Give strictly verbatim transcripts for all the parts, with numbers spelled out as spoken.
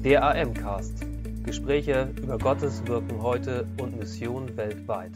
Der A M-Cast. Gespräche über Gottes Wirken heute und Mission weltweit.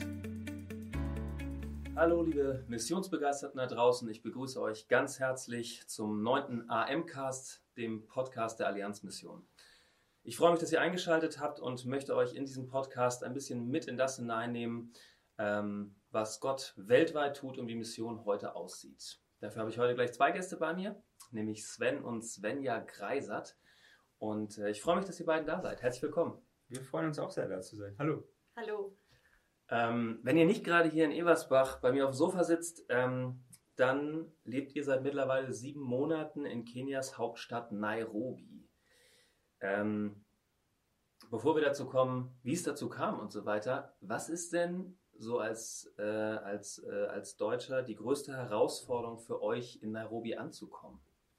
Hallo liebe Missionsbegeisterten da draußen, ich begrüße euch ganz herzlich zum neunten A M-Cast, dem Podcast der Allianzmission. Ich freue mich, dass ihr eingeschaltet habt und möchte euch in diesem Podcast ein bisschen mit in das hineinnehmen, ähm, was Gott weltweit tut und wie Mission heute aussieht. Dafür habe ich heute gleich zwei Gäste bei mir, nämlich Sven und Svenja Greisert. Und äh, ich freue mich, dass ihr beiden da seid. Herzlich willkommen. Wir freuen uns auch sehr, da zu sein. Hallo. Hallo. Ähm, wenn ihr nicht gerade hier in Eversbach bei mir auf dem Sofa sitzt, ähm, dann lebt ihr seit mittlerweile sieben Monaten in Kenias Hauptstadt Nairobi. Ähm, bevor wir dazu kommen, wie es dazu kam und so weiter, was ist denn so als, äh, als, äh, als Deutscher die größte Herausforderung für euch, in Nairobi anzukommen?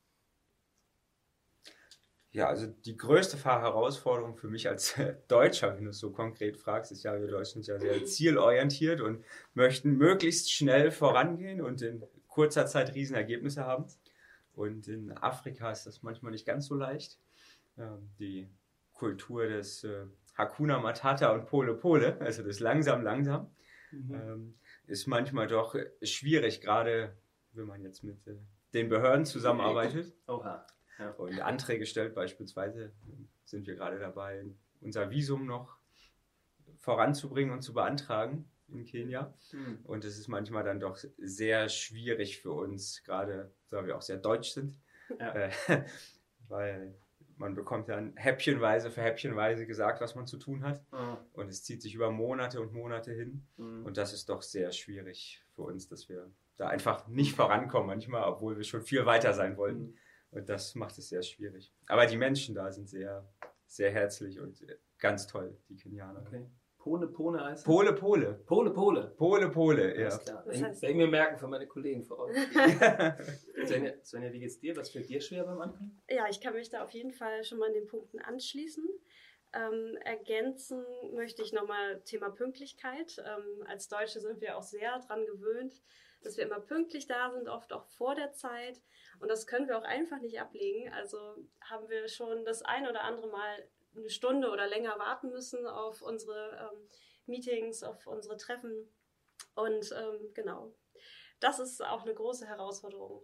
Ja, also die größte Herausforderung für mich als Deutscher, wenn du es so konkret fragst, ist ja, wir Deutschen sind ja sehr zielorientiert und möchten möglichst schnell vorangehen und in kurzer Zeit Riesenergebnisse haben. Und in Afrika ist das manchmal nicht ganz so leicht. Die Kultur des Hakuna Matata und Pole Pole, also das langsam, langsam, mhm. ist manchmal doch schwierig, gerade wenn man jetzt mit den Behörden zusammenarbeitet. Oha. Ja. Und Anträge stellt beispielsweise, sind wir gerade dabei, unser Visum noch voranzubringen und zu beantragen in Kenia. Mhm. Und es ist manchmal dann doch sehr schwierig für uns, gerade weil wir auch sehr deutsch sind, ja. äh, weil man bekommt dann häppchenweise für häppchenweise gesagt, was man zu tun hat. Mhm. Und es zieht sich über Monate und Monate hin. Mhm. Und das ist doch sehr schwierig für uns, dass wir da einfach nicht vorankommen manchmal, obwohl wir schon viel weiter sein wollten. Mhm. Und das macht es sehr schwierig. Aber die Menschen da sind sehr, sehr herzlich und ganz toll, die Kenianer. Okay. Pone Pone heißt es? Pole Pole. Pole Pole. Pole Pole, ja. Alles klar. Das heißt, werde ich mir merken für meine Kollegen vor Ort. Svenja, Svenja, wie geht's dir? Was fällt dir schwer beim Ankommen? Ja, ich kann mich da auf jeden Fall schon mal an den Punkten anschließen. Ähm, ergänzen möchte ich nochmal Thema Pünktlichkeit. Ähm, als Deutsche sind wir auch sehr daran gewöhnt, dass wir immer pünktlich da sind, oft auch vor der Zeit. Und das können wir auch einfach nicht ablegen. Also haben wir schon das ein oder andere Mal eine Stunde oder länger warten müssen auf unsere ähm, Meetings, auf unsere Treffen. Und ähm, genau, das ist auch eine große Herausforderung.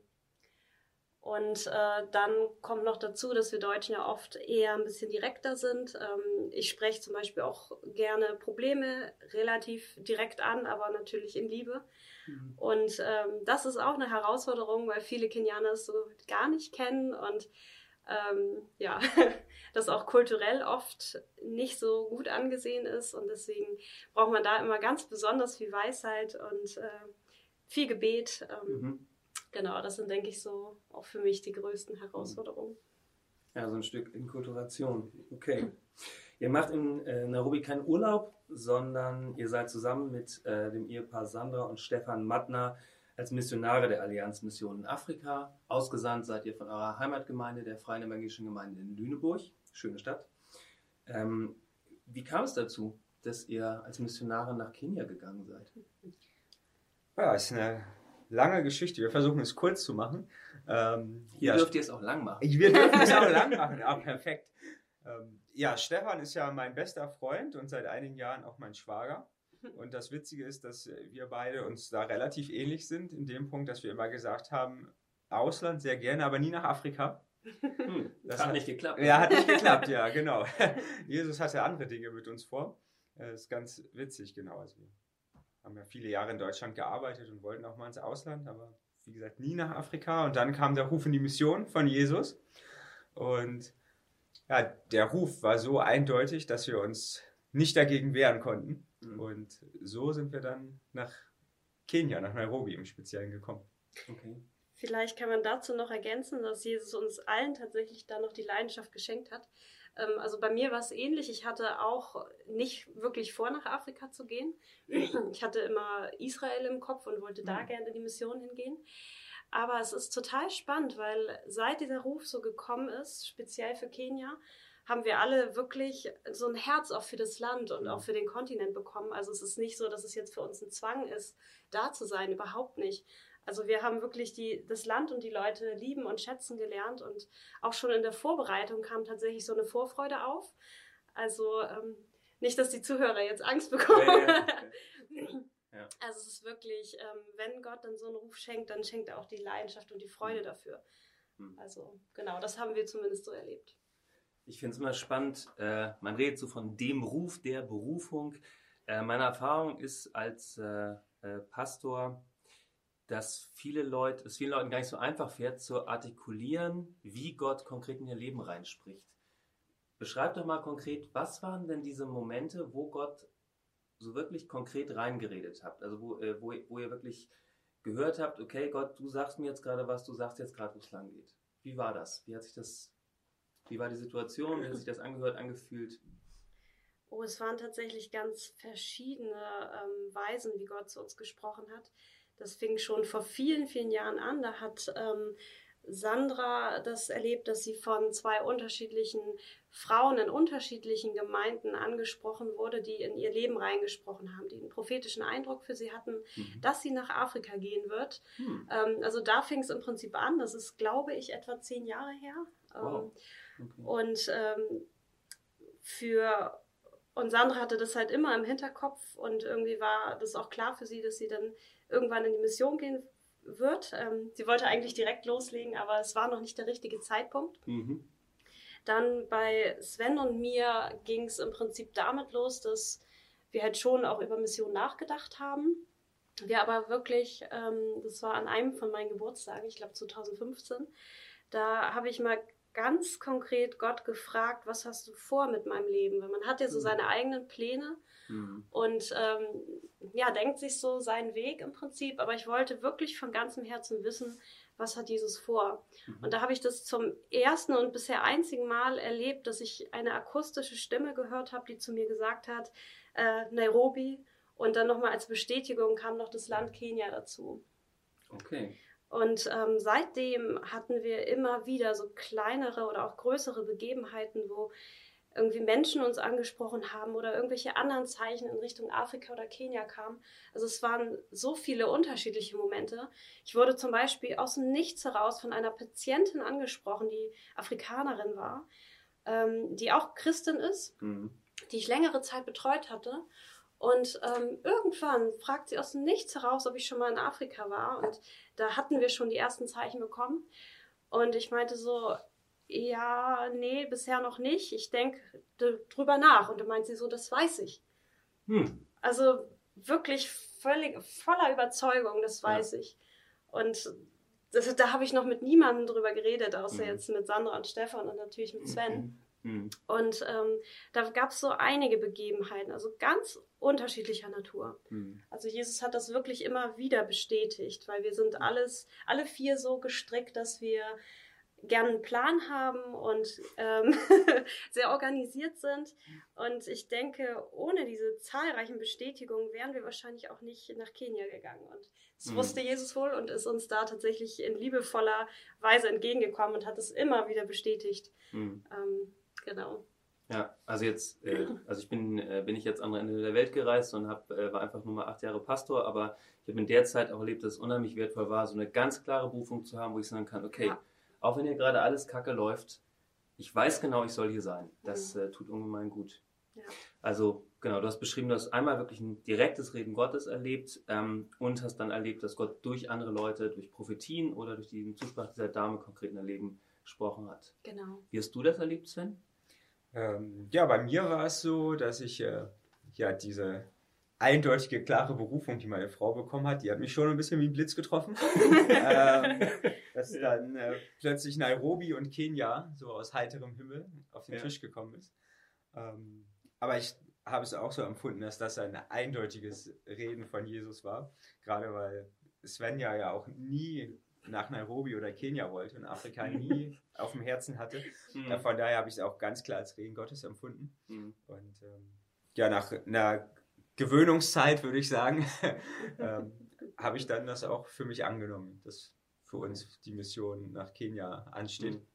Und äh, dann kommt noch dazu, dass wir Deutschen ja oft eher ein bisschen direkter sind. Ähm, ich spreche zum Beispiel auch gerne Probleme relativ direkt an, aber natürlich in Liebe. Mhm. Und ähm, das ist auch eine Herausforderung, weil viele Kenianer es so gar nicht kennen und ähm, ja, das auch kulturell oft nicht so gut angesehen ist. Und deswegen braucht man da immer ganz besonders viel Weisheit und äh, viel Gebet. Ähm, mhm. Genau, das sind, denke ich, so auch für mich die größten Herausforderungen. Ja, so ein Stück Inkulturation. Okay. Ihr macht in äh, Nairobi keinen Urlaub, sondern ihr seid zusammen mit äh, dem Ehepaar Sandra und Stefan Mattner als Missionare der Allianzmission in Afrika. Ausgesandt seid ihr von eurer Heimatgemeinde, der Freien Evangelischen Gemeinde in Lüneburg. Schöne Stadt. Ähm, wie kam es dazu, dass ihr als Missionare nach Kenia gegangen seid? Ja, ist eine lange Geschichte. Wir versuchen es kurz zu machen. Ähm, Hier ja, dürft ihr es auch lang machen. Wir dürfen es auch lang machen. Ja, perfekt. Ähm, ja, Stefan ist ja mein bester Freund und seit einigen Jahren auch mein Schwager. Und das Witzige ist, dass wir beide uns da relativ ähnlich sind, in dem Punkt, dass wir immer gesagt haben, Ausland sehr gerne, aber nie nach Afrika. Hm, das hat, hat nicht geklappt. Ja, hat nicht geklappt, ja, genau. Jesus hatte andere Dinge mit uns vor. Das ist ganz witzig, genau. Also wir haben ja viele Jahre in Deutschland gearbeitet und wollten auch mal ins Ausland, aber wie gesagt, nie nach Afrika. Und dann kam der Ruf in die Mission von Jesus. Und ja, der Ruf war so eindeutig, dass wir uns nicht dagegen wehren konnten. Mhm. Und so sind wir dann nach Kenia, nach Nairobi im Speziellen gekommen. Okay. Vielleicht kann man dazu noch ergänzen, dass Jesus uns allen tatsächlich da noch die Leidenschaft geschenkt hat. Also bei mir war es ähnlich. Ich hatte auch nicht wirklich vor, nach Afrika zu gehen. Ich hatte immer Israel im Kopf und wollte da gerne in die Mission hingehen. Aber es ist total spannend, weil seit dieser Ruf so gekommen ist, speziell für Kenia, haben wir alle wirklich so ein Herz auch für das Land und auch für den Kontinent bekommen. Also es ist nicht so, dass es jetzt für uns ein Zwang ist, da zu sein, überhaupt nicht. Also wir haben wirklich die, das Land und die Leute lieben und schätzen gelernt und auch schon in der Vorbereitung kam tatsächlich so eine Vorfreude auf. Also ähm, nicht, dass die Zuhörer jetzt Angst bekommen. Ja, ja, okay. Ja. Also es ist wirklich, ähm, wenn Gott dann so einen Ruf schenkt, dann schenkt er auch die Leidenschaft und die Freude dafür. Mhm. Also genau, das haben wir zumindest so erlebt. Ich finde es immer spannend, äh, man redet so von dem Ruf der Berufung. Äh, meine Erfahrung ist als äh, äh, Pastor, dass viele Leute, es vielen Leuten gar nicht so einfach fällt, zu artikulieren, wie Gott konkret in ihr Leben reinspricht. Beschreib doch mal konkret, was waren denn diese Momente, wo Gott so wirklich konkret reingeredet habt? Also wo, äh, wo, wo ihr wirklich gehört habt, okay Gott, du sagst mir jetzt gerade was, du sagst jetzt gerade, wo es lang geht. Wie war das? Wie hat sich das, wie war die Situation? Wie hat sich das angehört, angefühlt? Oh, es waren tatsächlich ganz verschiedene ähm, Weisen, wie Gott zu uns gesprochen hat. Das fing schon vor vielen, vielen Jahren an. Da hat ähm, Sandra das erlebt, dass sie von zwei unterschiedlichen Frauen in unterschiedlichen Gemeinden angesprochen wurde, die in ihr Leben reingesprochen haben, die einen prophetischen Eindruck für sie hatten, mhm. dass sie nach Afrika gehen wird. Mhm. Ähm, also da fing es im Prinzip an. Das ist, glaube ich, etwa zehn Jahre her. Wow. Okay. Und ähm, für und Sandra hatte das halt immer im Hinterkopf und irgendwie war das auch klar für sie, dass sie dann irgendwann in die Mission gehen wird. Ähm, sie wollte eigentlich direkt loslegen, aber es war noch nicht der richtige Zeitpunkt. Mhm. Dann bei Sven und mir ging es im Prinzip damit los, dass wir halt schon auch über Mission nachgedacht haben. Wir aber wirklich, ähm, das war an einem von meinen Geburtstagen, ich glaube zwanzig fünfzehn, da habe ich mal ganz konkret Gott gefragt, was hast du vor mit meinem Leben? Weil man hat ja so seine eigenen Pläne mhm. und ähm, ja, denkt sich so seinen Weg im Prinzip, aber ich wollte wirklich von ganzem Herzen wissen, was hat Jesus vor? Mhm. Und da habe ich das zum ersten und bisher einzigen Mal erlebt, dass ich eine akustische Stimme gehört habe, die zu mir gesagt hat, äh, Nairobi, und dann nochmal als Bestätigung kam noch das Land Kenia dazu. Okay. Und ähm, seitdem hatten wir immer wieder so kleinere oder auch größere Begebenheiten, wo irgendwie Menschen uns angesprochen haben oder irgendwelche anderen Zeichen in Richtung Afrika oder Kenia kamen. Also es waren so viele unterschiedliche Momente. Ich wurde zum Beispiel aus dem Nichts heraus von einer Patientin angesprochen, die Afrikanerin war, ähm, die auch Christin ist, mhm. die ich längere Zeit betreut hatte. Und ähm, irgendwann fragt sie aus dem Nichts heraus, ob ich schon mal in Afrika war. Und da hatten wir schon die ersten Zeichen bekommen. Und ich meinte so, ja, nee, bisher noch nicht. Ich denke d- drüber nach. Und dann meint sie so, das weiß ich. Hm. Also wirklich völlig voller Überzeugung, das weiß ja. ich. Und das, da habe ich noch mit niemandem drüber geredet, außer mhm. jetzt mit Sandra und Stefan und natürlich mit Sven. Mhm. Und ähm, da gab es so einige Begebenheiten, also ganz unterschiedlicher Natur. Mhm. Also Jesus hat das wirklich immer wieder bestätigt, weil wir sind alles, alle vier so gestrickt, dass wir gerne einen Plan haben und ähm, sehr organisiert sind. Und ich denke, ohne diese zahlreichen Bestätigungen wären wir wahrscheinlich auch nicht nach Kenia gegangen. Und das mhm. wusste Jesus wohl und ist uns da tatsächlich in liebevoller Weise entgegengekommen und hat es immer wieder bestätigt. Mhm. Ähm, Genau. Ja, also jetzt, äh, also ich bin, äh, bin ich jetzt am Ende der Welt gereist und hab, äh, war einfach nur mal acht Jahre Pastor, aber ich habe in der Zeit auch erlebt, dass es unheimlich wertvoll war, so eine ganz klare Berufung zu haben, wo ich sagen kann, okay, ja. auch wenn hier gerade alles kacke läuft, ich weiß genau, ich soll hier sein. Das mhm. äh, tut ungemein gut. Ja. Also genau, du hast beschrieben, du hast einmal wirklich ein direktes Reden Gottes erlebt ähm, und hast dann erlebt, dass Gott durch andere Leute, durch Prophetien oder durch die Zusprache dieser Dame konkret in ihr Leben gesprochen hat. Genau. Wie hast du das erlebt, Sven? Ähm, ja, bei mir war es so, dass ich äh, ja diese eindeutige, klare Berufung, die meine Frau bekommen hat, die hat mich schon ein bisschen wie ein Blitz getroffen. ähm, dass dann äh, plötzlich Nairobi und Kenia so aus heiterem Himmel auf den ja. Tisch gekommen ist. Ähm, aber ich habe es auch so empfunden, dass das ein eindeutiges Reden von Jesus war. Gerade weil Svenja ja auch nie nach Nairobi oder Kenia wollte und Afrika nie auf dem Herzen hatte. Mhm. Von daher habe ich es auch ganz klar als Reden Gottes empfunden. Mhm. Und ähm, ja, nach einer Gewöhnungszeit, würde ich sagen, ähm, habe ich dann das auch für mich angenommen, dass für uns die Mission nach Kenia ansteht. Mhm.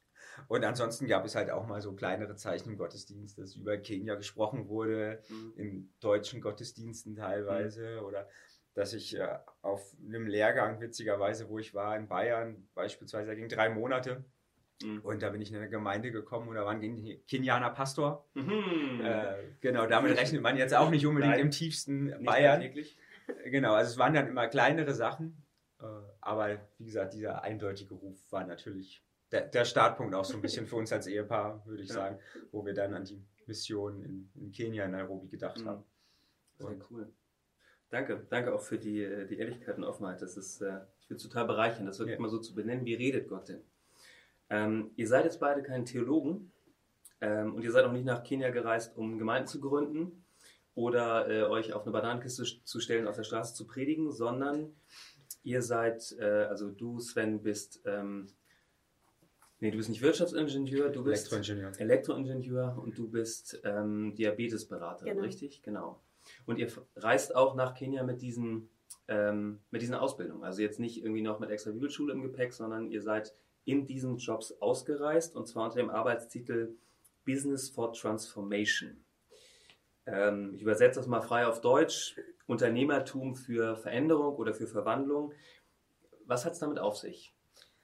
Und ansonsten gab es halt auch mal so kleinere Zeichen im Gottesdienst, dass über Kenia gesprochen wurde, mhm. in deutschen Gottesdiensten teilweise, mhm. oder dass ich äh, auf einem Lehrgang, witzigerweise, wo ich war in Bayern, beispielsweise, da ging drei Monate. Mhm. Und da bin ich in eine Gemeinde gekommen und da war ein Kenianer Pastor. Mhm. Äh, genau, damit rechnet man jetzt auch nicht unbedingt Nein, im tiefsten nicht Bayern. Alltäglich. Genau, also es waren dann immer kleinere Sachen. Äh, aber wie gesagt, dieser eindeutige Ruf war natürlich der, der Startpunkt auch so ein bisschen für uns als Ehepaar, würde ich ja. sagen, wo wir dann an die Mission in, in Kenia, in Nairobi gedacht mhm. haben. Sehr cool. Danke, danke auch für die, die Ehrlichkeit und Offenheit. Das ist, ich finde es total bereichernd, das wirklich ja. mal so zu benennen. Wie redet Gott denn? Ähm, ihr seid jetzt beide keine Theologen ähm, und ihr seid auch nicht nach Kenia gereist, um Gemeinden zu gründen oder äh, euch auf eine Bananenkiste zu stellen, auf der Straße zu predigen, sondern ihr seid, äh, also du, Sven, bist, ähm, nee, du bist nicht Wirtschaftsingenieur, du bist Elektroingenieur, Elektroingenieur und du bist ähm, Diabetesberaterin, genau. richtig? Genau. Und ihr reist auch nach Kenia mit diesen, ähm, mit diesen Ausbildungen. Also jetzt nicht irgendwie noch mit extra Bibelschule im Gepäck, sondern ihr seid in diesen Jobs ausgereist und zwar unter dem Arbeitstitel Business for Transformation. Ähm, ich übersetze das mal frei auf Deutsch. Unternehmertum für Veränderung oder für Verwandlung. Was hat es damit auf sich?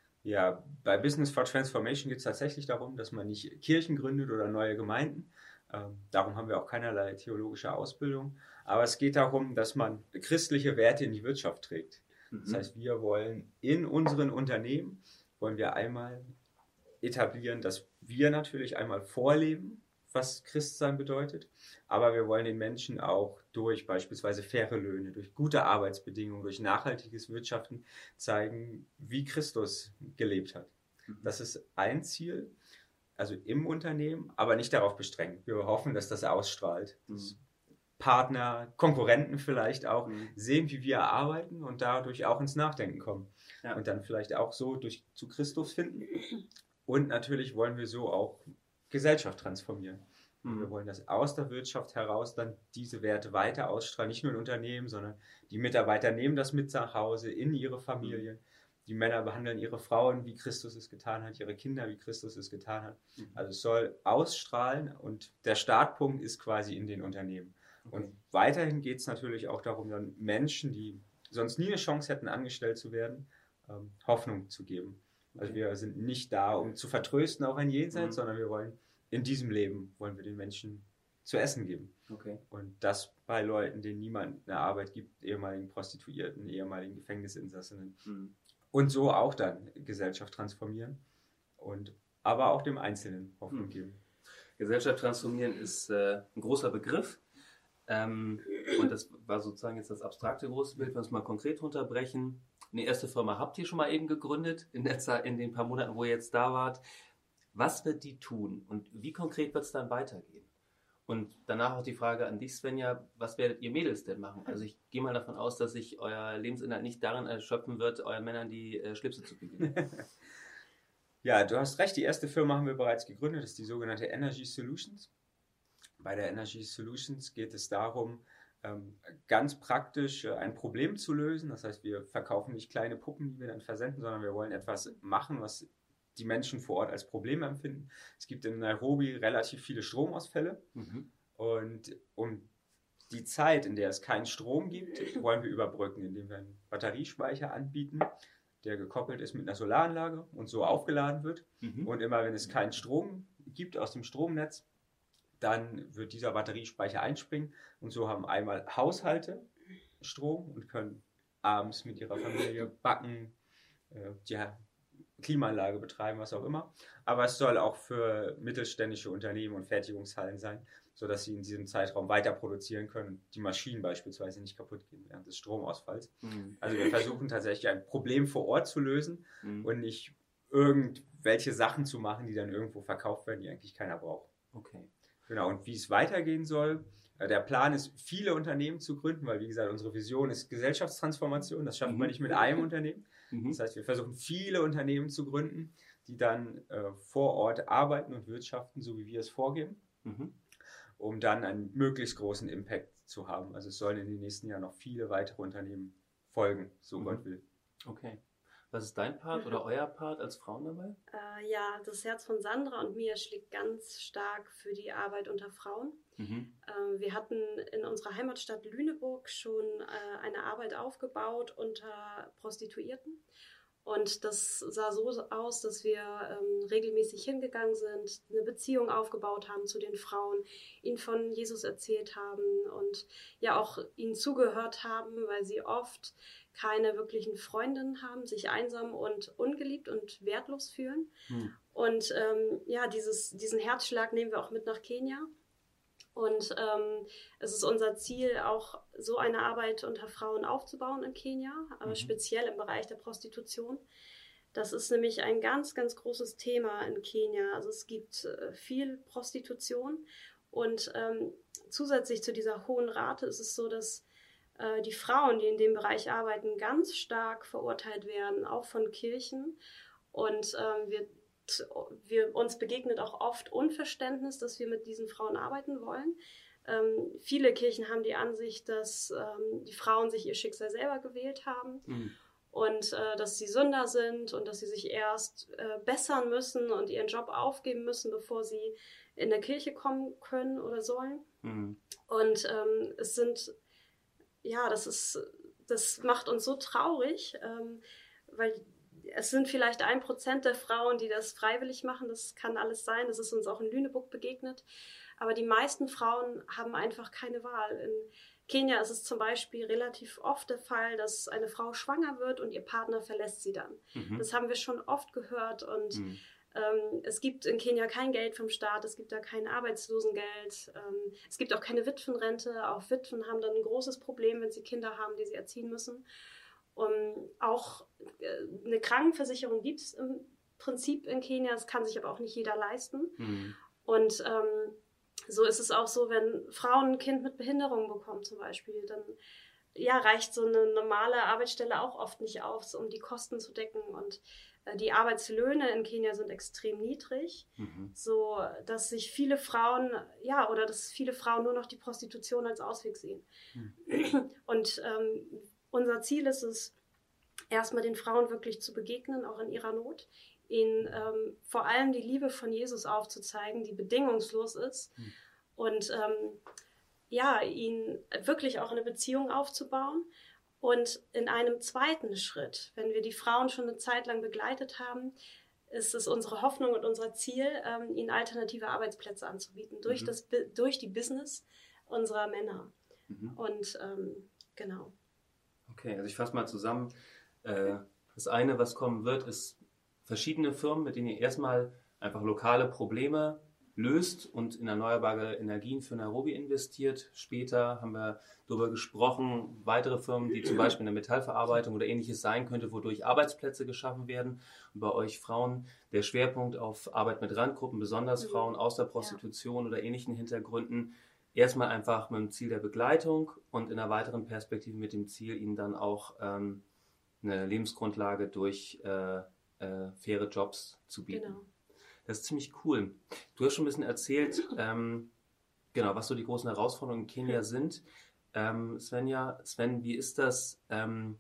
Ja, bei Business for Transformation geht es tatsächlich darum, dass man nicht Kirchen gründet oder neue Gemeinden. Ähm, darum haben wir auch keinerlei theologische Ausbildung. Aber es geht darum, dass man christliche Werte in die Wirtschaft trägt. Mhm. Das heißt, wir wollen in unseren Unternehmen, wollen wir einmal etablieren, dass wir natürlich einmal vorleben, was Christsein bedeutet, aber wir wollen den Menschen auch durch beispielsweise faire Löhne, durch gute Arbeitsbedingungen, durch nachhaltiges Wirtschaften zeigen, wie Christus gelebt hat. Mhm. Das ist ein Ziel, also im Unternehmen, aber nicht darauf beschränkt. Wir hoffen, dass das ausstrahlt. Mhm. Dass Partner, Konkurrenten vielleicht auch mhm. sehen, wie wir arbeiten und dadurch auch ins Nachdenken kommen. Ja. Und dann vielleicht auch so durch zu Christus finden. Und natürlich wollen wir so auch Gesellschaft transformieren. Mhm. Wir wollen, dass aus der Wirtschaft heraus dann diese Werte weiter ausstrahlen, nicht nur in Unternehmen, sondern die Mitarbeiter nehmen das mit nach Hause, in ihre Familien. Mhm. Die Männer behandeln ihre Frauen, wie Christus es getan hat, ihre Kinder, wie Christus es getan hat. Mhm. Also es soll ausstrahlen und der Startpunkt ist quasi in den Unternehmen. Okay. Und weiterhin geht es natürlich auch darum, dann Menschen, die sonst nie eine Chance hätten, angestellt zu werden, ähm, Hoffnung zu geben. Also wir sind nicht da, um zu vertrösten, auch ein Jenseits, mhm. sondern wir wollen in diesem Leben, wollen wir den Menschen zu essen geben. Okay. Und das bei Leuten, denen niemand eine Arbeit gibt, ehemaligen Prostituierten, ehemaligen Gefängnisinsassinnen. Mhm. Und so auch dann Gesellschaft transformieren und aber auch dem Einzelnen Hoffnung mhm. geben. Gesellschaft transformieren ist äh, ein großer Begriff. Ähm, und das war sozusagen jetzt das abstrakte große Bild, wenn wir es mal konkret runterbrechen. Eine erste Firma habt ihr schon mal eben gegründet, in, der Zeit, in den paar Monaten, wo ihr jetzt da wart. Was wird die tun und wie konkret wird es dann weitergehen? Und danach auch die Frage an dich, Svenja, was werdet ihr Mädels denn machen? Also ich gehe mal davon aus, dass sich euer Lebensinhalt nicht darin erschöpfen wird, euren Männern die äh, Schlipse zu biegen. Ja, du hast recht, die erste Firma haben wir bereits gegründet, das ist die sogenannte Energy Solutions. Bei der Energy Solutions geht es darum, ganz praktisch ein Problem zu lösen. Das heißt, wir verkaufen nicht kleine Puppen, die wir dann versenden, sondern wir wollen etwas machen, was die Menschen vor Ort als Problem empfinden. Es gibt in Nairobi relativ viele Stromausfälle. Mhm. Und um die Zeit, in der es keinen Strom gibt, wollen wir überbrücken, indem wir einen Batteriespeicher anbieten, der gekoppelt ist mit einer Solaranlage und so aufgeladen wird. Mhm. Und immer wenn es keinen Strom gibt aus dem Stromnetz, dann wird dieser Batteriespeicher einspringen und so haben einmal Haushalte Strom und können abends mit ihrer Familie backen, äh, die Klimaanlage betreiben, was auch immer. Aber es soll auch für mittelständische Unternehmen und Fertigungshallen sein, sodass sie in diesem Zeitraum weiter produzieren können und die Maschinen beispielsweise nicht kaputt gehen während des Stromausfalls. Mhm. Also wir versuchen tatsächlich ein Problem vor Ort zu lösen mhm. und nicht irgendwelche Sachen zu machen, die dann irgendwo verkauft werden, die eigentlich keiner braucht. Okay. Genau, und wie es weitergehen soll, der Plan ist, viele Unternehmen zu gründen, weil, wie gesagt, unsere Vision ist Gesellschaftstransformation. Das schaffen mhm. wir nicht mit einem Unternehmen. Mhm. Das heißt, wir versuchen, viele Unternehmen zu gründen, die dann äh, vor Ort arbeiten und wirtschaften, so wie wir es vorgeben, mhm. um dann einen möglichst großen Impact zu haben. Also es sollen in den nächsten Jahren noch viele weitere Unternehmen folgen, so mhm. Gott will. Okay. Was ist dein Part oder euer Part als Frauen dabei? Äh, ja, das Herz von Sandra und mir schlägt ganz stark für die Arbeit unter Frauen. Mhm. Äh, wir hatten in unserer Heimatstadt Lüneburg schon äh, eine Arbeit aufgebaut unter Prostituierten. Und das sah so aus, dass wir ähm, regelmäßig hingegangen sind, eine Beziehung aufgebaut haben zu den Frauen, ihnen von Jesus erzählt haben und ja auch ihnen zugehört haben, weil sie oft keine wirklichen Freundinnen haben, sich einsam und ungeliebt und wertlos fühlen. Hm. Und ähm, ja, dieses, diesen Herzschlag nehmen wir auch mit nach Kenia. Und ähm, es ist unser Ziel, auch so eine Arbeit unter Frauen aufzubauen in Kenia, aber mhm. speziell im Bereich der Prostitution. Das ist nämlich ein ganz, ganz großes Thema in Kenia. Also es gibt äh, viel Prostitution und ähm, zusätzlich zu dieser hohen Rate ist es so, dass äh, die Frauen, die in dem Bereich arbeiten, ganz stark verurteilt werden, auch von Kirchen. Und ähm, wir Wir, uns begegnet auch oft Unverständnis, dass wir mit diesen Frauen arbeiten wollen. Ähm, viele Kirchen haben die Ansicht, dass ähm, die Frauen sich ihr Schicksal selber gewählt haben mhm. und äh, dass sie Sünder sind und dass sie sich erst äh, bessern müssen und ihren Job aufgeben müssen, bevor sie in der Kirche kommen können oder sollen. Mhm. Und ähm, es sind, ja, das ist, das macht uns so traurig, ähm, weil es sind vielleicht ein Prozent der Frauen, die das freiwillig machen. Das kann alles sein. Das ist uns auch in Lüneburg begegnet. Aber die meisten Frauen haben einfach keine Wahl. In Kenia ist es zum Beispiel relativ oft der Fall, dass eine Frau schwanger wird und ihr Partner verlässt sie dann. Mhm. Das haben wir schon oft gehört. Und mhm. ähm, es gibt in Kenia kein Geld vom Staat. Es gibt da kein Arbeitslosengeld. Ähm, es gibt auch keine Witwenrente. Auch Witwen haben dann ein großes Problem, wenn sie Kinder haben, die sie erziehen müssen. Und auch eine Krankenversicherung gibt es im Prinzip in Kenia, das kann sich aber auch nicht jeder leisten. Mhm. Und ähm, so ist es auch so, wenn Frauen ein Kind mit Behinderung bekommen zum Beispiel, dann ja, reicht so eine normale Arbeitsstelle auch oft nicht aus, um die Kosten zu decken. Und äh, die Arbeitslöhne in Kenia sind extrem niedrig, mhm. so dass sich viele Frauen, ja, oder dass viele Frauen nur noch die Prostitution als Ausweg sehen. Mhm. Und ähm, unser Ziel ist es, erstmal den Frauen wirklich zu begegnen, auch in ihrer Not, ihnen ähm, vor allem die Liebe von Jesus aufzuzeigen, die bedingungslos ist mhm. und ähm, ja, ihnen wirklich auch eine Beziehung aufzubauen. Und in einem zweiten Schritt, wenn wir die Frauen schon eine Zeit lang begleitet haben, ist es unsere Hoffnung und unser Ziel, ähm, ihnen alternative Arbeitsplätze anzubieten, durch, mhm. das, durch die Business unserer Männer. Mhm. Und ähm, genau. Okay, also ich fasse mal zusammen. Das eine, was kommen wird, ist verschiedene Firmen, mit denen ihr erstmal einfach lokale Probleme löst und in erneuerbare Energien für Nairobi investiert. Später haben wir darüber gesprochen, weitere Firmen, die zum Beispiel in der Metallverarbeitung oder ähnliches sein könnte, wodurch Arbeitsplätze geschaffen werden. Und bei euch Frauen der Schwerpunkt auf Arbeit mit Randgruppen, besonders mhm. Frauen aus der Prostitution ja. oder ähnlichen Hintergründen. Erstmal einfach mit dem Ziel der Begleitung und in einer weiteren Perspektive mit dem Ziel, ihnen dann auch ähm, eine Lebensgrundlage durch äh, äh, faire Jobs zu bieten. Genau. Das ist ziemlich cool. Du hast schon ein bisschen erzählt, ähm, genau, was so die großen Herausforderungen in Kenia sind. Ähm, Svenja, Sven, wie ist das? Ähm,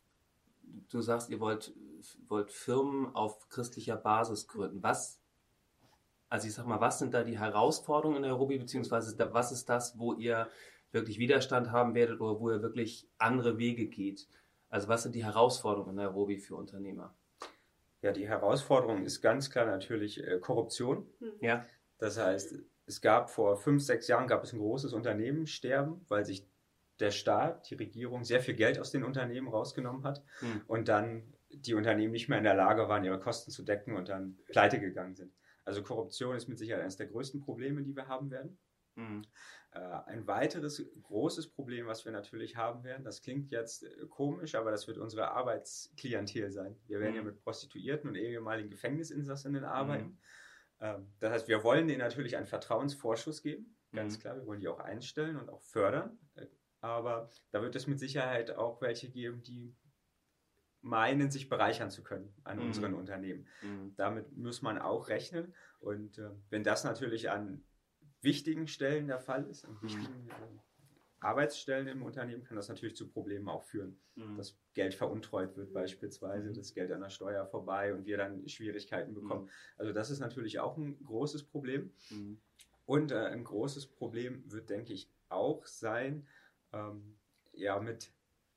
du sagst, ihr wollt, wollt Firmen auf christlicher Basis gründen. Was Also ich sag mal, was sind da die Herausforderungen in Nairobi, beziehungsweise was ist das, wo ihr wirklich Widerstand haben werdet oder wo ihr wirklich andere Wege geht? Also was sind die Herausforderungen in Nairobi für Unternehmer? Ja, die Herausforderung ist ganz klar natürlich äh, Korruption. Ja. Das heißt, es gab vor fünf, sechs Jahren gab es ein großes Unternehmenssterben, weil sich der Staat, die Regierung sehr viel Geld aus den Unternehmen rausgenommen hat hm. und dann die Unternehmen nicht mehr in der Lage waren, ihre Kosten zu decken und dann pleite gegangen sind. Also Korruption ist mit Sicherheit eines der größten Probleme, die wir haben werden. Mhm. Äh, ein weiteres großes Problem, was wir natürlich haben werden, das klingt jetzt äh, komisch, aber das wird unsere Arbeitsklientel sein. Wir werden mhm. ja mit Prostituierten und ehemaligen Gefängnisinsassinnen arbeiten. Mhm. Ähm, das heißt, wir wollen denen natürlich einen Vertrauensvorschuss geben, ganz mhm. klar. Wir wollen die auch einstellen und auch fördern. Äh, aber da wird es mit Sicherheit auch welche geben, die meinen, sich bereichern zu können an mhm. unseren Unternehmen. Mhm. Damit muss man auch rechnen. Und äh, wenn das natürlich an wichtigen Stellen der Fall ist, an wichtigen äh, Arbeitsstellen im Unternehmen kann das natürlich zu Problemen auch führen. Mhm. Dass Geld veruntreut wird beispielsweise, mhm. das Geld an der Steuer vorbei und wir dann Schwierigkeiten bekommen. Mhm. Also das ist natürlich auch ein großes Problem. Mhm. Und äh, ein großes Problem wird, denke ich, auch sein, ähm, ja, mit,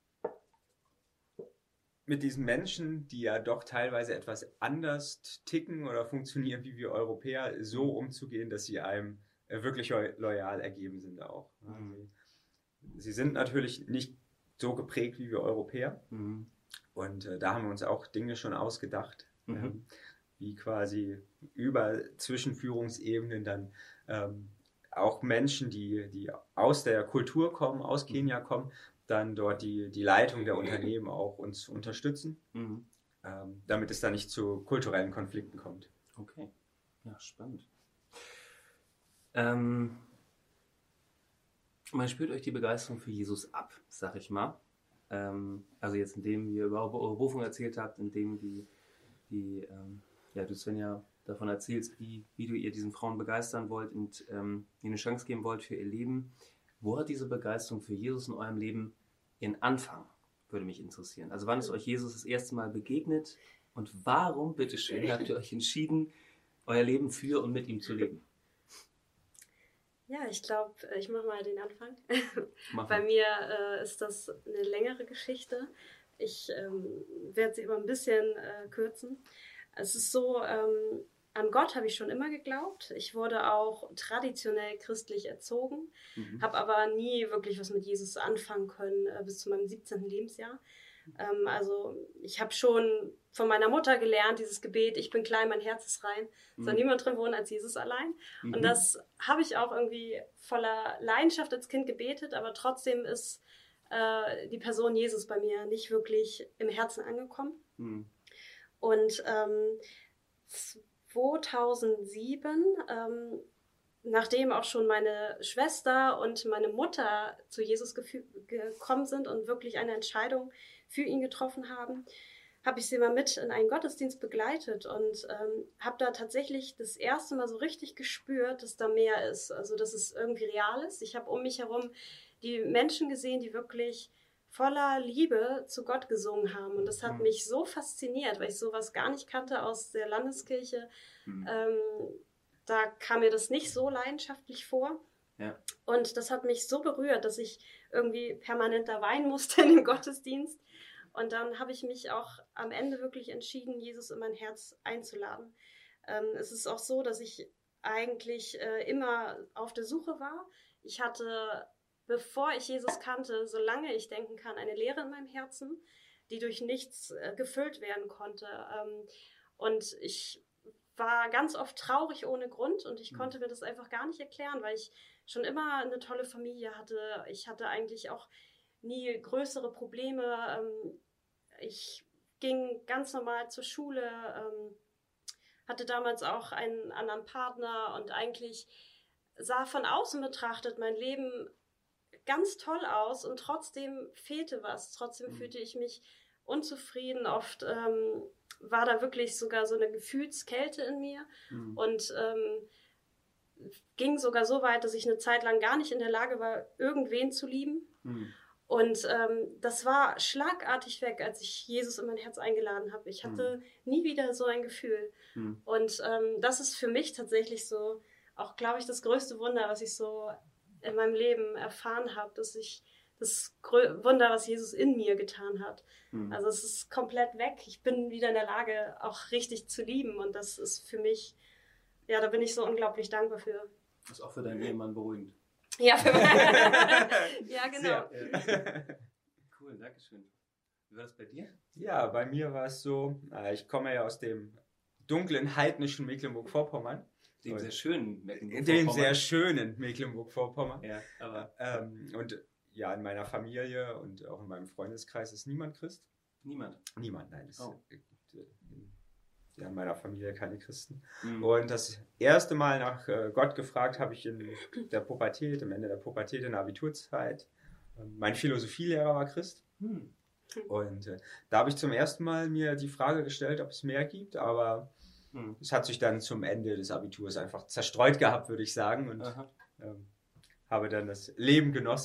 mit diesen Menschen, die ja doch teilweise etwas anders ticken oder funktionieren wie wir Europäer, so umzugehen, dass sie einem äh, wirklich loyal ergeben sind auch. Mhm. Sie sind natürlich nicht so geprägt wie wir Europäer. Mhm. Und äh, da haben wir uns auch Dinge schon ausgedacht, mhm. ähm, wie quasi über Zwischenführungsebenen dann ähm, auch Menschen, die, die aus der Kultur kommen, aus Kenia kommen, dann dort die, die Leitung der Unternehmen auch uns unterstützen, mhm. ähm, damit es da nicht zu kulturellen Konflikten kommt. Okay, ja, spannend. Ähm, man spürt euch die Begeisterung für Jesus ab, sag ich mal. Ähm, also jetzt, indem ihr über eure Berufung erzählt habt, indem die, die ähm, ja, du Svenja davon erzählst, wie, wie du ihr diesen Frauen begeistern wollt und ähm, ihnen eine Chance geben wollt für ihr Leben. Wo hat diese Begeisterung für Jesus in eurem Leben ihren Anfang? Würde mich interessieren. Also wann ist euch Jesus das erste Mal begegnet und warum, bitteschön, habt ihr euch entschieden, euer Leben für und mit ihm zu leben? Ja, ich glaube, ich mache mal den Anfang. Bei mir äh, ist das eine längere Geschichte. Ich ähm, werde sie immer ein bisschen äh, kürzen. Es ist so, ähm, an Gott habe ich schon immer geglaubt. Ich wurde auch traditionell christlich erzogen, mhm. habe aber nie wirklich was mit Jesus anfangen können äh, bis zu meinem siebzehnten Lebensjahr. Ähm, also ich habe schon von meiner Mutter gelernt, dieses Gebet, ich bin klein, mein Herz ist rein. Mhm. Soll niemand drin wohnen als Jesus allein. Mhm. Und das habe ich auch irgendwie voller Leidenschaft als Kind gebetet, aber trotzdem ist äh, die Person Jesus bei mir nicht wirklich im Herzen angekommen. Mhm. Und ähm, zweitausendsieben, ähm, nachdem auch schon meine Schwester und meine Mutter zu Jesus gefü- gekommen sind und wirklich eine Entscheidung für ihn getroffen haben, habe ich sie mal mit in einen Gottesdienst begleitet und ähm, habe da tatsächlich das erste Mal so richtig gespürt, dass da mehr ist, also dass es irgendwie real ist. Ich habe um mich herum die Menschen gesehen, die wirklich voller Liebe zu Gott gesungen haben. Und das hat mhm. mich so fasziniert, weil ich sowas gar nicht kannte aus der Landeskirche. Mhm. Ähm, da kam mir das nicht so leidenschaftlich vor. Ja. Und das hat mich so berührt, dass ich irgendwie permanent da weinen musste in dem Gottesdienst. Und dann habe ich mich auch am Ende wirklich entschieden, Jesus in mein Herz einzuladen. Ähm, es ist auch so, dass ich eigentlich äh, immer auf der Suche war. Ich hatte, bevor ich Jesus kannte, solange ich denken kann, eine Leere in meinem Herzen, die durch nichts äh, gefüllt werden konnte. Ähm, und ich war ganz oft traurig ohne Grund und ich mhm. konnte mir das einfach gar nicht erklären, weil ich schon immer eine tolle Familie hatte. Ich hatte eigentlich auch nie größere Probleme. Ähm, ich ging ganz normal zur Schule, ähm, hatte damals auch einen anderen Partner und eigentlich sah von außen betrachtet mein Leben ganz toll aus und trotzdem fehlte was. Trotzdem mhm. fühlte ich mich unzufrieden. Oft ähm, war da wirklich sogar so eine Gefühlskälte in mir mhm. und ähm, ging sogar so weit, dass ich eine Zeit lang gar nicht in der Lage war, irgendwen zu lieben. Mhm. Und ähm, das war schlagartig weg, als ich Jesus in mein Herz eingeladen habe. Ich hatte mhm. nie wieder so ein Gefühl. Mhm. Und ähm, das ist für mich tatsächlich so auch, glaube ich, das größte Wunder, was ich so in meinem Leben erfahren habe, dass ich das Grö- Wunder, was Jesus in mir getan hat. Mhm. Also es ist komplett weg. Ich bin wieder in der Lage, auch richtig zu lieben. Und das ist für mich, ja, da bin ich so unglaublich dankbar für. Das ist auch für deinen Ehemann beruhigend. Ja, für ja, genau. Sehr, ja. Cool, danke schön. Wie war das bei dir? Ja, bei mir war es so, ich komme ja aus dem dunklen, heidnischen Mecklenburg-Vorpommern. Dem sehr schönen Mecklenburg-Vorpommern. Dem sehr schönen Mecklenburg-Vorpommern. Ja, aber... Ähm, und ja, in meiner Familie und auch in meinem Freundeskreis ist niemand Christ. Niemand? Niemand, nein. Es oh. gibt ja, in meiner Familie keine Christen. Mhm. Und das erste Mal nach äh, Gott gefragt habe ich in der Pubertät, am Ende der Pubertät, in der Abiturzeit. Ähm, mein Philosophielehrer war Christ. Mhm. Und äh, da habe ich zum ersten Mal mir die Frage gestellt, ob es mehr gibt, aber mhm. es hat sich dann zum Ende des Abiturs einfach zerstreut gehabt, würde ich sagen. Und ähm, habe dann das Leben genossen.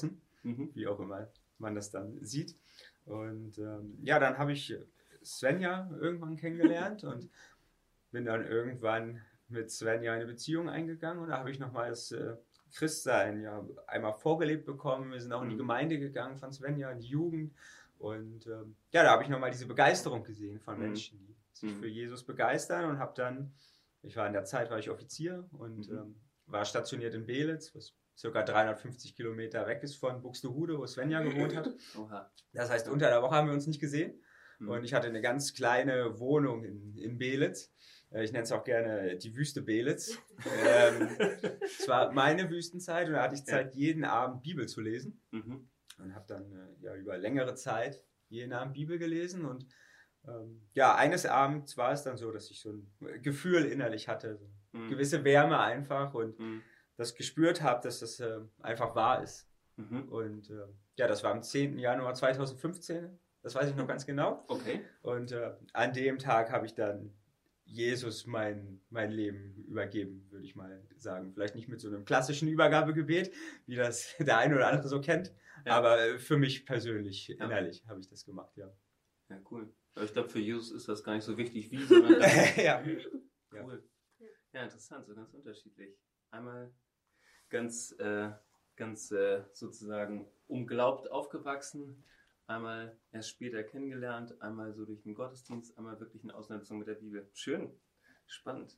mhm. wie auch immer man das dann sieht. Und ähm, ja, dann habe ich Svenja irgendwann kennengelernt und bin dann irgendwann mit Svenja eine Beziehung eingegangen und da habe ich nochmal das äh, Christsein ja einmal vorgelebt bekommen. Wir sind auch in die Gemeinde gegangen von Svenja, in die Jugend und ähm, ja, da habe ich nochmal diese Begeisterung gesehen von Menschen, die sich für Jesus begeistern und habe dann, ich war in der Zeit, war ich Offizier und mhm. ähm, war stationiert in Beelitz, was circa dreihundertfünfzig Kilometer weg ist von Buxtehude, wo Svenja gewohnt hat. Oha. Das heißt, unter der Woche haben wir uns nicht gesehen mhm. und ich hatte eine ganz kleine Wohnung in, in Beelitz. Ich nenne es auch gerne die Wüste Beelitz. ähm, es war meine Wüstenzeit und da hatte ich Zeit, ja. jeden Abend Bibel zu lesen mhm. und habe dann äh, ja, über längere Zeit jeden Abend Bibel gelesen und ähm, ja, eines Abends war es dann so, dass ich so ein Gefühl innerlich hatte, so eine mhm. gewisse Wärme einfach und mhm. das gespürt habe, dass das äh, einfach wahr ist. Mhm. Und äh, ja, das war am zehnten Januar zweitausendfünfzehn, das weiß ich noch ganz genau. Okay. Und äh, an dem Tag habe ich dann Jesus mein, mein Leben übergeben, würde ich mal sagen. Vielleicht nicht mit so einem klassischen Übergabegebet, wie das der eine oder andere so kennt, ja. aber für mich persönlich, ja. innerlich habe ich das gemacht, ja. Ja, cool. Aber ich glaube, für Jesus ist das gar nicht so wichtig wie, sondern das ja. Cool. Ja, interessant, so ganz unterschiedlich. Einmal ganz, äh, ganz äh, sozusagen umglaubt aufgewachsen, einmal erst später kennengelernt, einmal so durch den Gottesdienst, einmal wirklich eine Auseinandersetzung mit der Bibel. Schön, spannend.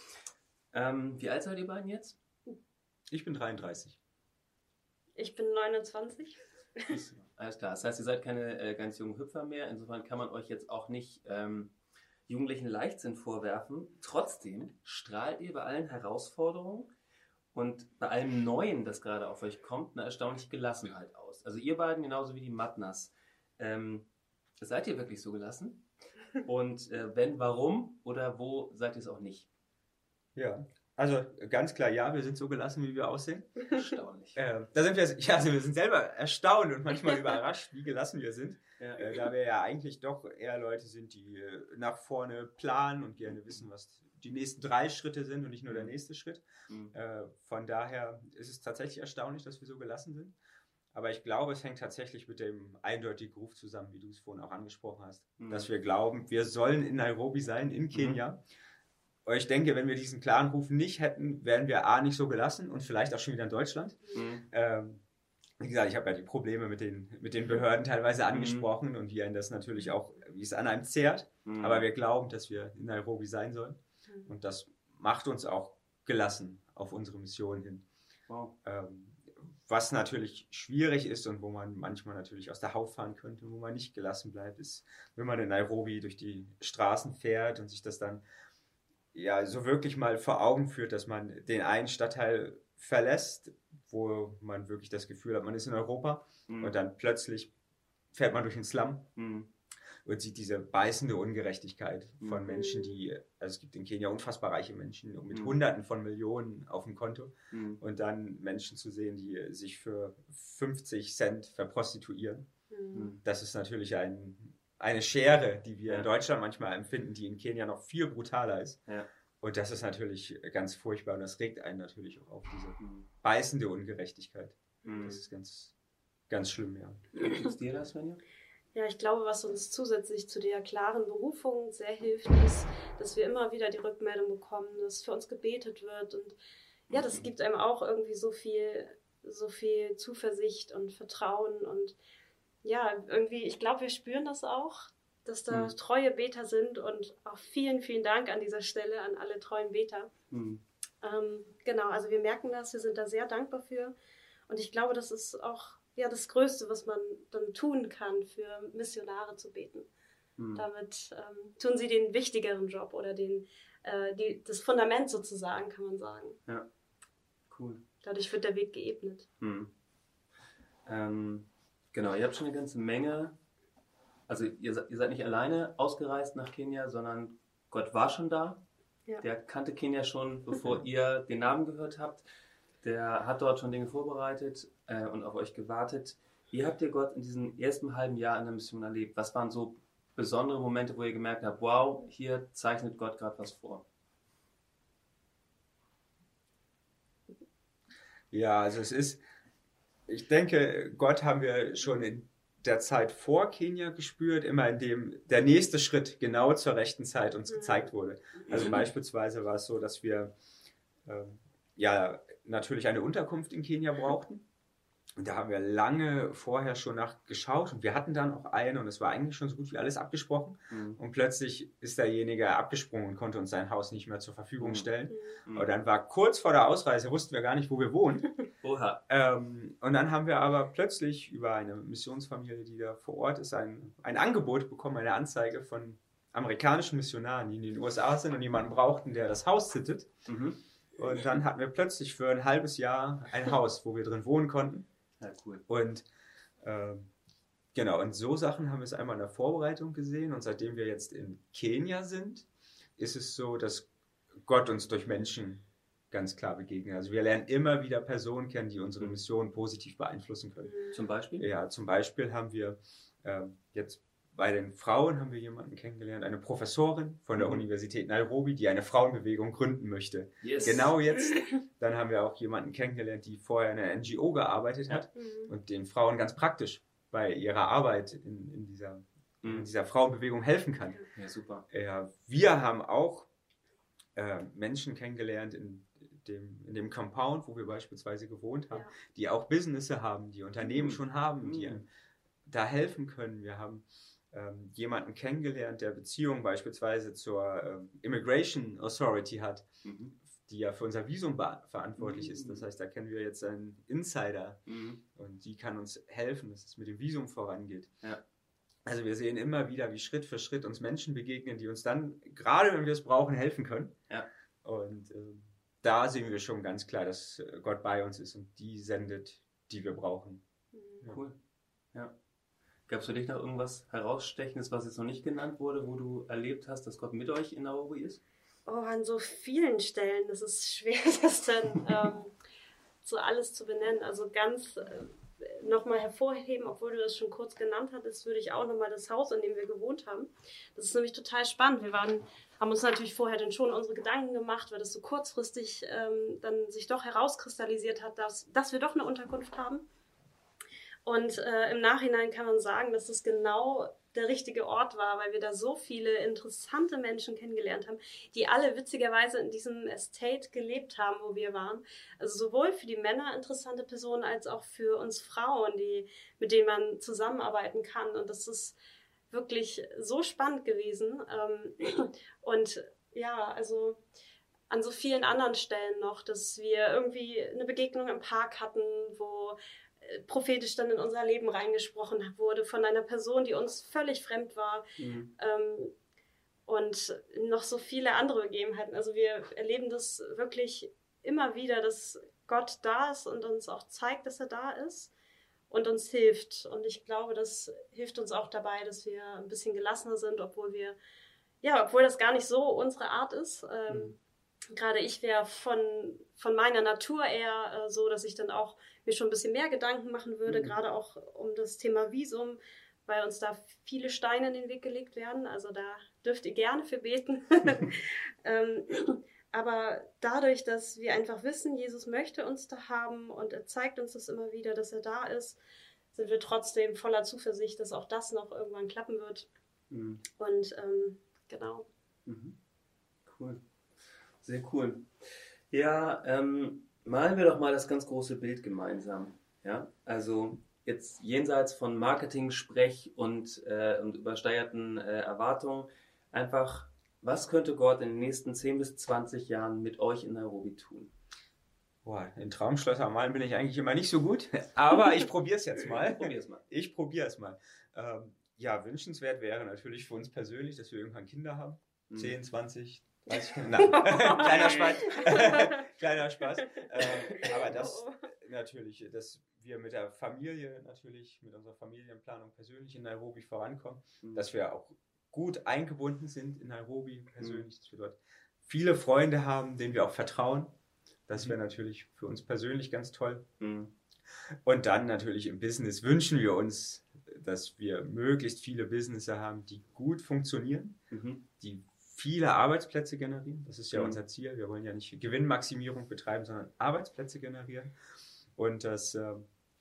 Ähm, wie alt seid ihr beiden jetzt? Ich bin dreiunddreißig. Ich bin neunundzwanzig. Alles klar, das heißt, ihr seid keine äh, ganz jungen Hüpfer mehr, insofern kann man euch jetzt auch nicht ähm, jugendlichen Leichtsinn vorwerfen. Trotzdem strahlt ihr bei allen Herausforderungen und bei allem Neuen, das gerade auf euch kommt, eine erstaunliche Gelassenheit aus. Also ihr beiden, genauso wie die Matnas. Ähm, seid ihr wirklich so gelassen? Und äh, wenn, warum oder wo seid ihr es auch nicht? Ja, also ganz klar, ja, wir sind so gelassen, wie wir aussehen. Erstaunlich. Äh, da sind wir, ja, also wir sind selber erstaunt und manchmal überrascht, wie gelassen wir sind. Ja. Äh, da wir ja eigentlich doch eher Leute sind, die äh, nach vorne planen und gerne wissen, was die nächsten drei Schritte sind und nicht nur der nächste Schritt. Mhm. Äh, von daher ist es tatsächlich erstaunlich, dass wir so gelassen sind. Aber ich glaube, es hängt tatsächlich mit dem eindeutigen Ruf zusammen, wie du es vorhin auch angesprochen hast, mhm. dass wir glauben, wir sollen in Nairobi sein, in Kenia. Mhm. Und ich denke, wenn wir diesen klaren Ruf nicht hätten, wären wir A, nicht so gelassen und vielleicht auch schon wieder in Deutschland. Mhm. Ähm, wie gesagt, ich habe ja die Probleme mit den, mit den Behörden teilweise angesprochen mhm. und wie einen das natürlich auch, wie es an einem zehrt. Mhm. Aber wir glauben, dass wir in Nairobi sein sollen. Mhm. Und das macht uns auch gelassen auf unsere Mission hin. Wow. Ähm, was natürlich schwierig ist und wo man manchmal natürlich aus der Haut fahren könnte, wo man nicht gelassen bleibt, ist, wenn man in Nairobi durch die Straßen fährt und sich das dann ja so wirklich mal vor Augen führt, dass man den einen Stadtteil verlässt, wo man wirklich das Gefühl hat, man ist in Europa mhm. und dann plötzlich fährt man durch den Slum mhm. und sieht diese beißende Ungerechtigkeit von mhm. Menschen, die, also es gibt in Kenia unfassbar reiche Menschen mit mhm. Hunderten von Millionen auf dem Konto mhm. und dann Menschen zu sehen, die sich für fünfzig Cent verprostituieren. Mhm. Das ist natürlich ein, eine Schere, die wir ja. in Deutschland manchmal empfinden, die in Kenia noch viel brutaler ist. Ja. Und das ist natürlich ganz furchtbar und das regt einen natürlich auch auf, diese mhm. beißende Ungerechtigkeit. Mhm. Das ist ganz, ganz schlimm, ja. Ist dir das, Svenja? Ja, ich glaube, was uns zusätzlich zu der klaren Berufung sehr hilft, ist, dass wir immer wieder die Rückmeldung bekommen, dass für uns gebetet wird. Und ja, das gibt einem auch irgendwie so viel, so viel Zuversicht und Vertrauen. Und ja, irgendwie, ich glaube, wir spüren das auch, dass da mhm. treue Beter sind. Und auch vielen, vielen Dank an dieser Stelle an alle treuen Beter. Mhm. Ähm, genau, also wir merken das, wir sind da sehr dankbar für. Und ich glaube, das ist auch ja, das Größte, was man dann tun kann, für Missionare zu beten. Mhm. Damit ähm, tun sie den wichtigeren Job oder den, äh, die, das Fundament sozusagen, kann man sagen. Ja, cool. Dadurch wird der Weg geebnet. Mhm. Ähm, genau, ihr habt schon eine ganze Menge, also ihr, ihr seid nicht alleine ausgereist nach Kenia, sondern Gott war schon da. Ja. Der kannte Kenia schon, bevor ihr den Namen gehört habt. Der hat dort schon Dinge vorbereitet äh, und auf euch gewartet. Wie habt ihr Gott in diesem ersten halben Jahr in der Mission erlebt? Was waren so besondere Momente, wo ihr gemerkt habt, wow, hier zeichnet Gott gerade was vor? Ja, also es ist, ich denke, Gott haben wir schon in der Zeit vor Kenia gespürt, immer indem der nächste Schritt genau zur rechten Zeit uns gezeigt wurde. Also beispielsweise war es so, dass wir äh, ja natürlich eine Unterkunft in Kenia brauchten. Und da haben wir lange vorher schon nachgeschaut und wir hatten dann auch eine und es war eigentlich schon so gut wie alles abgesprochen. Mhm. Und plötzlich ist derjenige abgesprungen und konnte uns sein Haus nicht mehr zur Verfügung mhm. stellen. Mhm. Und dann war kurz vor der Ausreise, wussten wir gar nicht, wo wir wohnen. Oha. Ähm, und dann haben wir aber plötzlich über eine Missionsfamilie, die da vor Ort ist, ein, ein Angebot bekommen, eine Anzeige von amerikanischen Missionaren, die in den U S A sind und jemanden brauchten, der das Haus sittet. Mhm. Und dann hatten wir plötzlich für ein halbes Jahr ein Haus, wo wir drin wohnen konnten. Ja, cool. Und äh, genau, und so Sachen haben wir es einmal in der Vorbereitung gesehen und seitdem wir jetzt in Kenia sind, ist es so, dass Gott uns durch Menschen ganz klar begegnet. Also wir lernen immer wieder Personen kennen, die unsere Mission positiv beeinflussen können. Zum Beispiel? Ja, zum Beispiel haben wir äh, jetzt bei den Frauen haben wir jemanden kennengelernt, eine Professorin von der mhm. Universität Nairobi, die eine Frauenbewegung gründen möchte. Yes. Genau jetzt. Dann haben wir auch jemanden kennengelernt, die vorher in einer N G O gearbeitet hat mhm. und den Frauen ganz praktisch bei ihrer Arbeit in, in, dieser, mhm. in dieser Frauenbewegung helfen kann. Ja, super. Ja, wir haben auch äh, Menschen kennengelernt in dem, in dem Compound, wo wir beispielsweise gewohnt haben, ja. die auch Businesses haben, die Unternehmen mhm. schon haben, die mhm. da helfen können. Wir haben Ähm, jemanden kennengelernt, der Beziehung beispielsweise zur ähm, Immigration Authority hat, mhm. die ja für unser Visum verantwortlich mhm. ist. Das heißt, da kennen wir jetzt einen Insider mhm. und die kann uns helfen, dass es mit dem Visum vorangeht. Ja. Also wir sehen immer wieder, wie Schritt für Schritt uns Menschen begegnen, die uns dann, gerade wenn wir es brauchen, helfen können. Ja. Und äh, da sehen wir schon ganz klar, dass Gott bei uns ist und die sendet, die wir brauchen. Mhm. Cool. Ja. Gab es für dich noch irgendwas Herausstechendes, was jetzt noch nicht genannt wurde, wo du erlebt hast, dass Gott mit euch in Nairobi ist? Oh, an so vielen Stellen. Das ist schwer, das dann ähm, so alles zu benennen. Also ganz äh, nochmal hervorheben, obwohl du das schon kurz genannt hattest, würde ich auch nochmal das Haus, in dem wir gewohnt haben. Das ist nämlich total spannend. Wir waren, haben uns natürlich vorher dann schon unsere Gedanken gemacht, weil das so kurzfristig ähm, dann sich doch herauskristallisiert hat, dass, dass wir doch eine Unterkunft haben. Und äh, im Nachhinein kann man sagen, dass das genau der richtige Ort war, weil wir da so viele interessante Menschen kennengelernt haben, die alle witzigerweise in diesem Estate gelebt haben, wo wir waren. Also sowohl für die Männer interessante Personen, als auch für uns Frauen, die, mit denen man zusammenarbeiten kann. Und das ist wirklich so spannend gewesen. Ähm, und ja, also an so vielen anderen Stellen noch, dass wir irgendwie eine Begegnung im Park hatten, wo prophetisch dann in unser Leben reingesprochen wurde von einer Person, die uns völlig fremd war. Mhm. Ähm, und noch so viele andere Begebenheiten. Also wir erleben das wirklich immer wieder, dass Gott da ist und uns auch zeigt, dass er da ist und uns hilft. Und ich glaube, das hilft uns auch dabei, dass wir ein bisschen gelassener sind, obwohl wir, ja, obwohl das gar nicht so unsere Art ist. Ähm, mhm. Gerade ich wäre von, von meiner Natur eher äh, so, dass ich dann auch mir schon ein bisschen mehr Gedanken machen würde, mhm. gerade auch um das Thema Visum, weil uns da viele Steine in den Weg gelegt werden. Also da dürft ihr gerne für beten. ähm, aber dadurch, dass wir einfach wissen, Jesus möchte uns da haben und er zeigt uns das immer wieder, dass er da ist, sind wir trotzdem voller Zuversicht, dass auch das noch irgendwann klappen wird. Mhm. Und ähm, genau. Mhm. Cool. Sehr cool. Ja, ähm, malen wir doch mal das ganz große Bild gemeinsam. Ja, also jetzt jenseits von Marketing, Sprech und, äh, und übersteigerten äh, Erwartungen, einfach, was könnte Gott in den nächsten zehn bis zwanzig Jahren mit euch in Nairobi tun? Boah, in Traumschlösser malen bin ich eigentlich immer nicht so gut, aber ich probiere es jetzt mal. Probier's mal. Ich probiere es mal. Ähm, ja, wünschenswert wäre natürlich für uns persönlich, dass wir irgendwann Kinder haben. Mhm. zehn, zwanzig, dreißig, nein, kleiner Spaß. kleiner Spaß. Äh, aber das natürlich, dass wir mit der Familie natürlich, mit unserer Familienplanung persönlich in Nairobi vorankommen, mhm. dass wir auch gut eingebunden sind in Nairobi persönlich, mhm. dass wir dort viele Freunde haben, denen wir auch vertrauen. Das wäre natürlich für uns persönlich ganz toll. Mhm. Und dann natürlich im Business wünschen wir uns, dass wir möglichst viele Businesses haben, die gut funktionieren, mhm. die viele Arbeitsplätze generieren. Das ist ja mhm. unser Ziel. Wir wollen ja nicht Gewinnmaximierung betreiben, sondern Arbeitsplätze generieren. Und dass äh,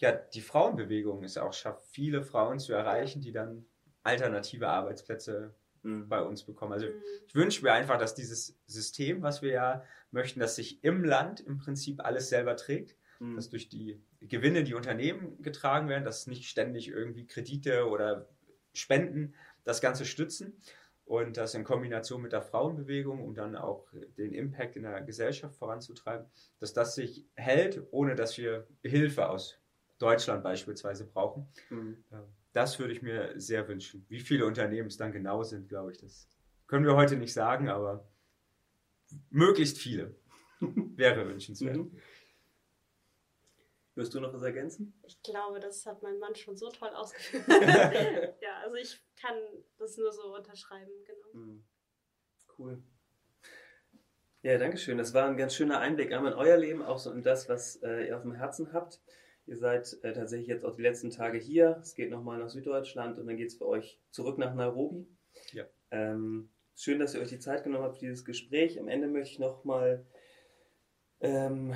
ja, die Frauenbewegung ist auch schafft, viele Frauen zu erreichen, die dann alternative Arbeitsplätze mhm. bei uns bekommen. Also ich wünsche mir einfach, dass dieses System, was wir ja möchten, dass sich im Land im Prinzip alles selber trägt, mhm. dass durch die Gewinne die Unternehmen getragen werden, dass nicht ständig irgendwie Kredite oder Spenden das Ganze stützen und das in Kombination mit der Frauenbewegung, um dann auch den Impact in der Gesellschaft voranzutreiben, dass das sich hält, ohne dass wir Hilfe aus Deutschland beispielsweise brauchen. Mhm. Das würde ich mir sehr wünschen. Wie viele Unternehmen es dann genau sind, glaube ich, das können wir heute nicht sagen, aber möglichst viele wäre wünschenswert. Mhm. Wirst du noch was ergänzen? Ich glaube, das hat mein Mann schon so toll ausgeführt. Ja, also ich kann das nur so unterschreiben, genau. Mhm. Cool. Ja, danke schön. Das war ein ganz schöner Einblick in euer Leben, auch so in das, was äh, ihr auf dem Herzen habt. Ihr seid äh, tatsächlich jetzt auch die letzten Tage hier. Es geht nochmal nach Süddeutschland und dann geht es für euch zurück nach Nairobi. Ja. Ähm, schön, dass ihr euch die Zeit genommen habt für dieses Gespräch. Am Ende möchte ich nochmal ähm,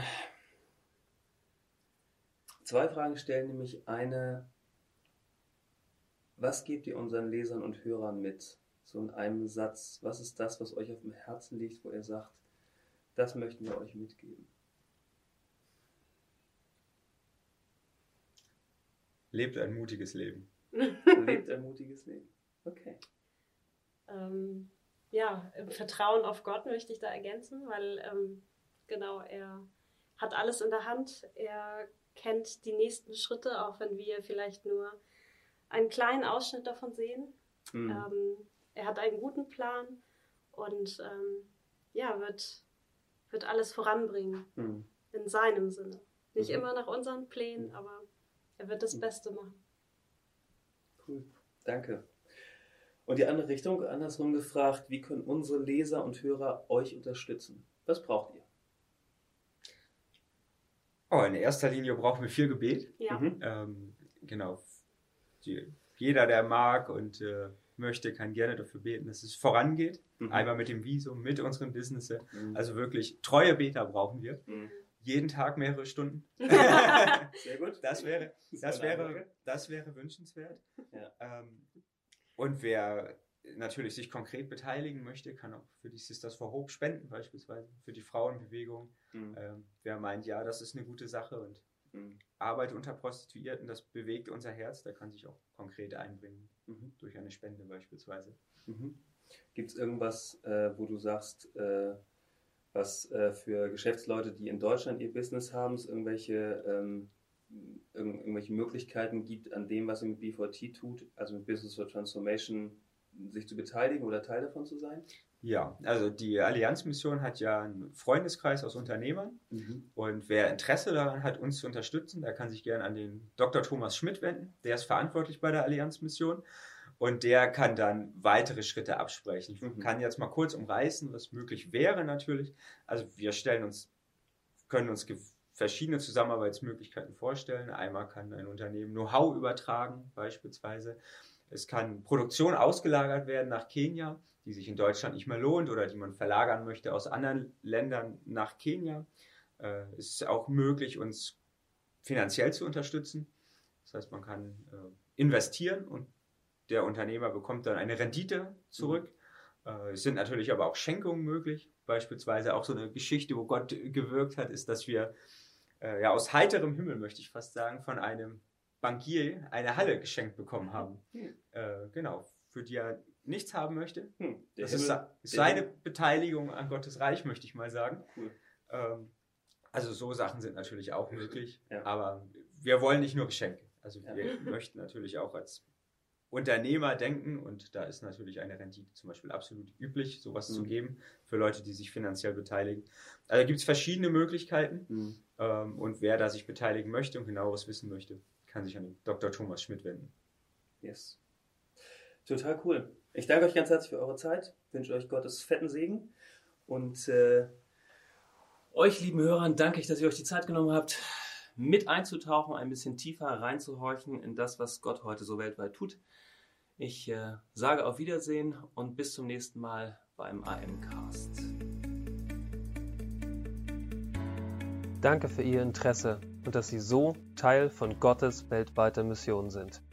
zwei Fragen stellen, nämlich eine, was gebt ihr unseren Lesern und Hörern mit? So in einem Satz, was ist das, was euch auf dem Herzen liegt, wo ihr sagt, das möchten wir euch mitgeben? Lebt ein mutiges Leben. Lebt ein mutiges Leben. Okay. Ähm, ja, im Vertrauen auf Gott möchte ich da ergänzen, weil ähm, genau, er hat alles in der Hand. Er kennt die nächsten Schritte, auch wenn wir vielleicht nur einen kleinen Ausschnitt davon sehen. Mhm. Ähm, er hat einen guten Plan und ähm, ja, wird, wird alles voranbringen. Mhm. In seinem Sinne. Nicht mhm. immer nach unseren Plänen, aber er wird das Beste machen. Cool, danke. Und die andere Richtung, andersrum gefragt, wie können unsere Leser und Hörer euch unterstützen? Was braucht ihr? Oh, in erster Linie brauchen wir viel Gebet. Ja. Mhm. Ähm, genau. Die, jeder, der mag und äh, möchte, kann gerne dafür beten, dass es vorangeht. Mhm. Einmal mit dem Visum, mit unseren Businessen. Mhm. Also wirklich treue Beter brauchen wir. Mhm. Jeden Tag mehrere Stunden. Sehr gut. Das wäre, das wäre, das wäre wünschenswert. Ja. Ähm, und wer natürlich sich konkret beteiligen möchte, kann auch für die Sisters for Hope spenden, beispielsweise für die Frauenbewegung. Mhm. Ähm, wer meint, ja, das ist eine gute Sache und mhm. Arbeit unter Prostituierten, das bewegt unser Herz, der kann sich auch konkret einbringen, mhm. durch eine Spende beispielsweise. Mhm. Gibt es irgendwas, äh, wo du sagst, äh, was äh, für Geschäftsleute, die in Deutschland ihr Business haben, es irgendwelche, ähm, irg- irgendwelche Möglichkeiten gibt, an dem, was ihr mit B vier T tut, also mit Business for Transformation, sich zu beteiligen oder Teil davon zu sein? Ja, also die Allianzmission hat ja einen Freundeskreis aus Unternehmern mhm. und wer Interesse daran hat, uns zu unterstützen, der kann sich gerne an den Doktor Thomas Schmidt wenden, der ist verantwortlich bei der Allianzmission. Und der kann dann weitere Schritte absprechen. Ich mhm. kann jetzt mal kurz umreißen, was möglich wäre natürlich. Also wir stellen uns, können uns ge- verschiedene Zusammenarbeitsmöglichkeiten vorstellen. Einmal kann ein Unternehmen Know-how übertragen beispielsweise. Es kann Produktion ausgelagert werden nach Kenia, die sich in Deutschland nicht mehr lohnt oder die man verlagern möchte aus anderen Ländern nach Kenia. Äh, es ist auch möglich, uns finanziell zu unterstützen. Das heißt, man kann äh, investieren und der Unternehmer bekommt dann eine Rendite zurück. Mhm. Äh, es sind natürlich aber auch Schenkungen möglich. Beispielsweise auch so eine Geschichte, wo Gott gewirkt hat, ist, dass wir äh, ja aus heiterem Himmel, möchte ich fast sagen, von einem Bankier eine Halle geschenkt bekommen haben. Mhm. Äh, genau, für die er nichts haben möchte. Mhm. Das ist seine Beteiligung an Gottes Reich, möchte ich mal sagen. Cool. Ähm, also so Sachen sind natürlich auch möglich. Ja. Aber wir wollen nicht nur Geschenke. Also wir ja. möchten natürlich auch als Unternehmer denken und da ist natürlich eine Rendite zum Beispiel absolut üblich, sowas mhm. zu geben für Leute, die sich finanziell beteiligen. Also gibt es verschiedene Möglichkeiten mhm. ähm, und wer da sich beteiligen möchte und genaueres wissen möchte, kann sich an den Doktor Thomas Schmidt wenden. Yes. Total cool. Ich danke euch ganz herzlich für eure Zeit, wünsche euch Gottes fetten Segen und äh, euch, lieben Hörern, danke ich, dass ihr euch die Zeit genommen habt, mit einzutauchen, ein bisschen tiefer reinzuhorchen in das, was Gott heute so weltweit tut. Ich äh, sage auf Wiedersehen und bis zum nächsten Mal beim A M Cast. Danke für Ihr Interesse und dass sie so Teil von Gottes weltweiter Mission sind.